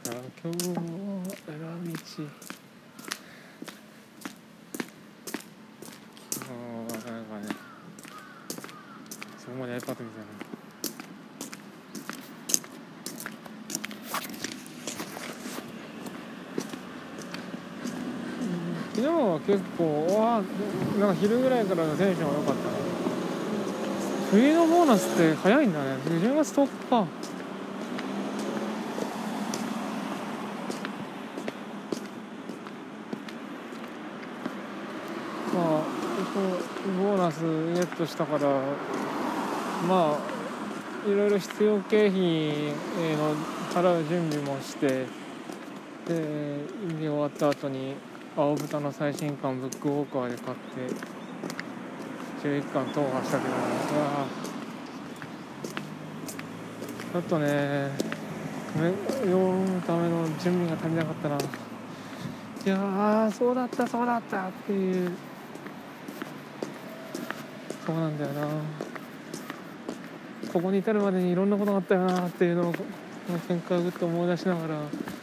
今日も裏道、なんかね、そこまで iPad みたいな。昨日は結構なんか昼ぐらいからのテンションが良かったね。冬のボーナスって早いんだね。10月10日か。まあボーナスゲットしたから、まあいろいろ必要経費の払う準備もして、で終わった後に青豚の最新刊ブックウォーカーで買って11巻踏破したけど、ちょっとね読むための準備が足りなかったな。いやー、そうだったっていう、そうなんだよな。ここに至るまでにいろんなことがあったよなっていうのを見解をぐっと思い出しながら、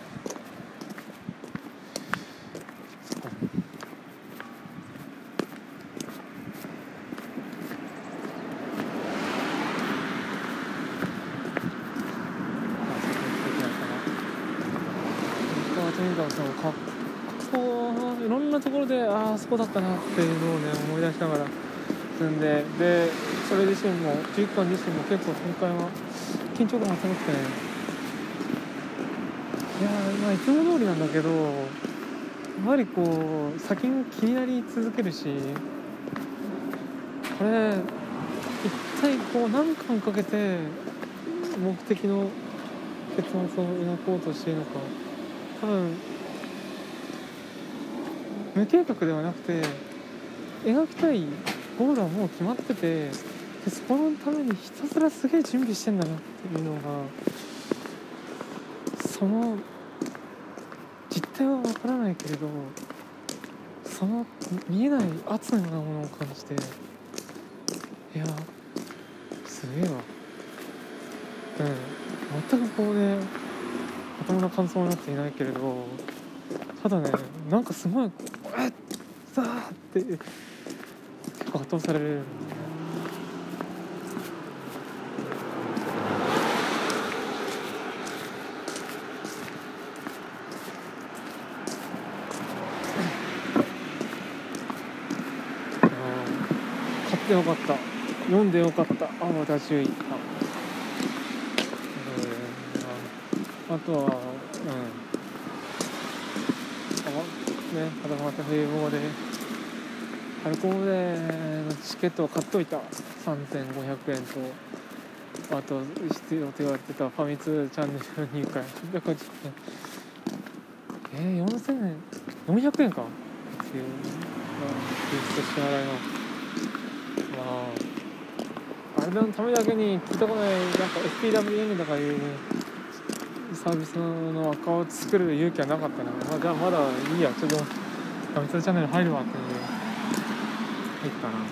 いろんなところでそうだったなっていうのをね思い出しながら進んで、でそれ自身も11巻自身も結構今回は緊張感がすごくてね、まあいつも通りなんだけど、やはりこう先が気になり続けるし、これ一体こう何巻かけて目的の結末を描こうとしているのか。多分無計画ではなくて描きたいゴールはもう決まってて、でそこのためにひたすらすげえ準備してんだなっていうのが、その実態は分からないけれど、その見えない圧のようなものを感じて、いやすげえわ。全くこうねまともな感想になっていないけれど、ただねなんかすごいさあって結構圧倒される。買ってよかった、読んでよかった。私あとははたまた冬号で春高でのチケットを買っといた。3500円と、あと必要と言われてたファミ通チャンネル入会880円、4000円400円かっていう支払いの、あれのためだけに聞いたことないなんか FPWM とかいうサービスのアカウント作る勇気はなかったな。じゃあまだいいや、ちょっとファミ通チャンネル入るわっていう入ったな。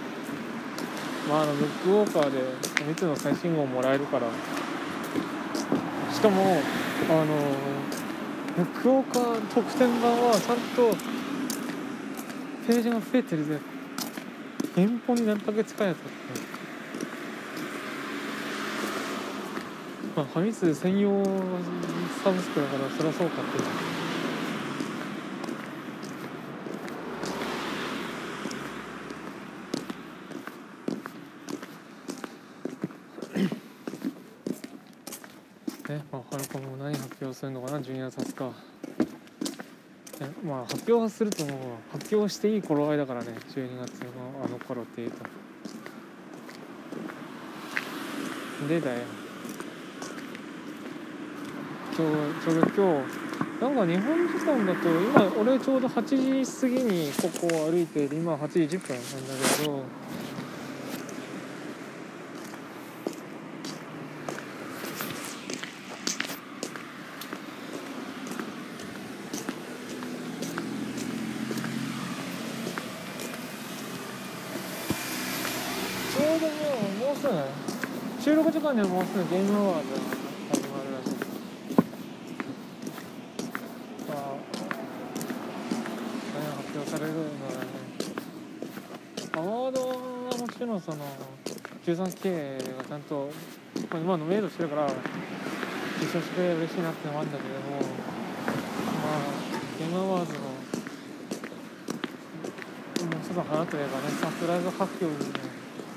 ブックウォーカーでファミ通の最新号もらえるから、しかもブックウォーカー特典版はちゃんとページが増えてるぜ。原本になるだけ近いやつだって、ファミ通専用サブスクだからそりゃそうかっていう。ハルコムも何発表するのかな、12月20日。発表するともう発表していい頃合いだからね、12月のあの頃っていうと。でだよ、ちょうど今日なんか日本時間だと今俺ちょうど8時過ぎにここを歩いて今8時10分なんだけど、ちょうどもうすぐ収録時間でもうすぐゲームアワードが始まるらしい。 種のその13K がちゃんと、まあ、今の明度してるから受賞して嬉しいなってのもあるんだけども、まあゲームアワーズのもうちょっと花といえばね、サプライズ発表にね、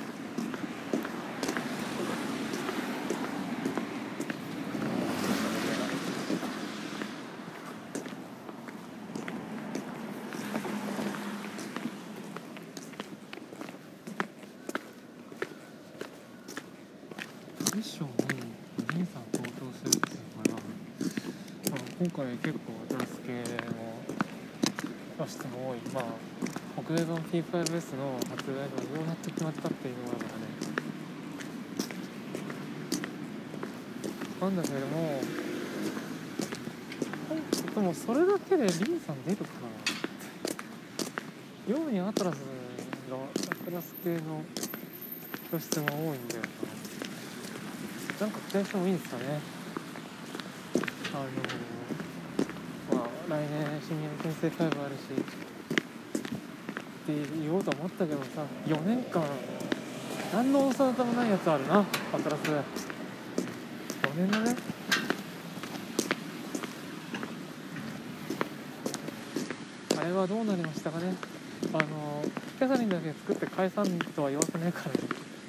ミッションに兄さん登場するっていうのかな、今回結構アトラス系の露出も多い、まあ北米版 P5S の発売がようやって決まったっていうのがあるからね、なんだけれども、でもそれだけでリンさん出るかな。妙にアトラス系の露出が多いんだよな。なんか期待してもいいんですかね。まあ来年新日本転生5あるしって言おうと思ったけどさ、4年間何の幼さもないやつあるな、アトラス。4年だね。あれはどうなりましたかね。キャサリンだけ作って解散とは言わせねえからね。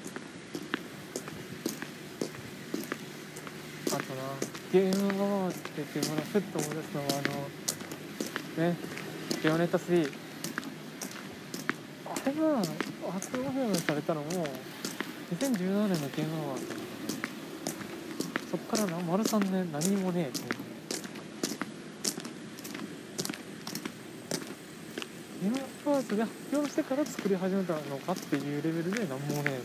あとな、ゲームアワーズって言ってもらふっと思い出すのはベヨネッタ3、あれが発表表明されたのも2017年のゲームアワーズだけど、そっから丸3年何もねえっていう。ゲームアワーズで発表してから作り始めたのかっていうレベルで何もねえっていう。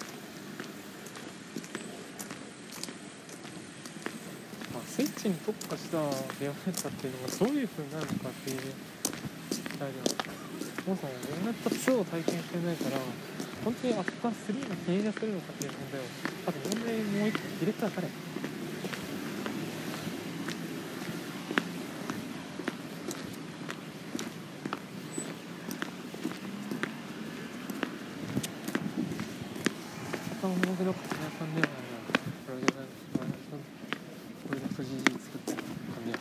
スイッチに特化したベヨネッタっていうのがどういう風になるのかっていうあれでは、そもそもベヨネッタ2を体験してないから本当にアフター3が気に出せるのかっていう問題を、あと問題もう一個ディレクター誰、他の僕の活躍さんではないな、プロジェクト GG 作った感じです。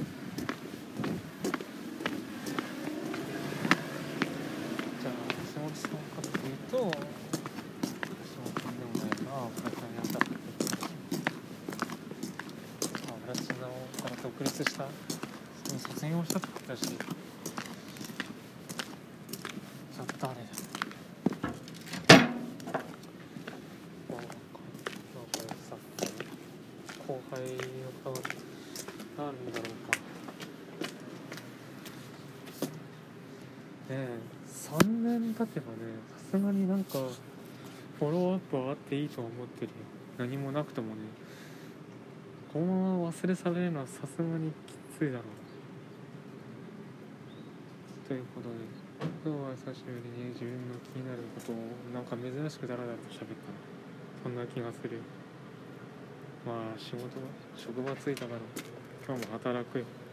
じゃあ橋本さんかっていうと、橋本さんでもないな、プラチナにあったって、プラチナから独立した、卒業したって言ったし、じゃあ誰だ、後輩の顔なんだろうかね。3年経てばね、さすがになんかフォローアップはあっていいと思ってるよ。何もなくともね、このまま忘れ去れるのはさすがにきついだろう。ということで、今日は久しぶりに自分の気になることをなんか珍しくダラダラと喋った、そんな気がする。まあ職場着いたから今日も働くよ。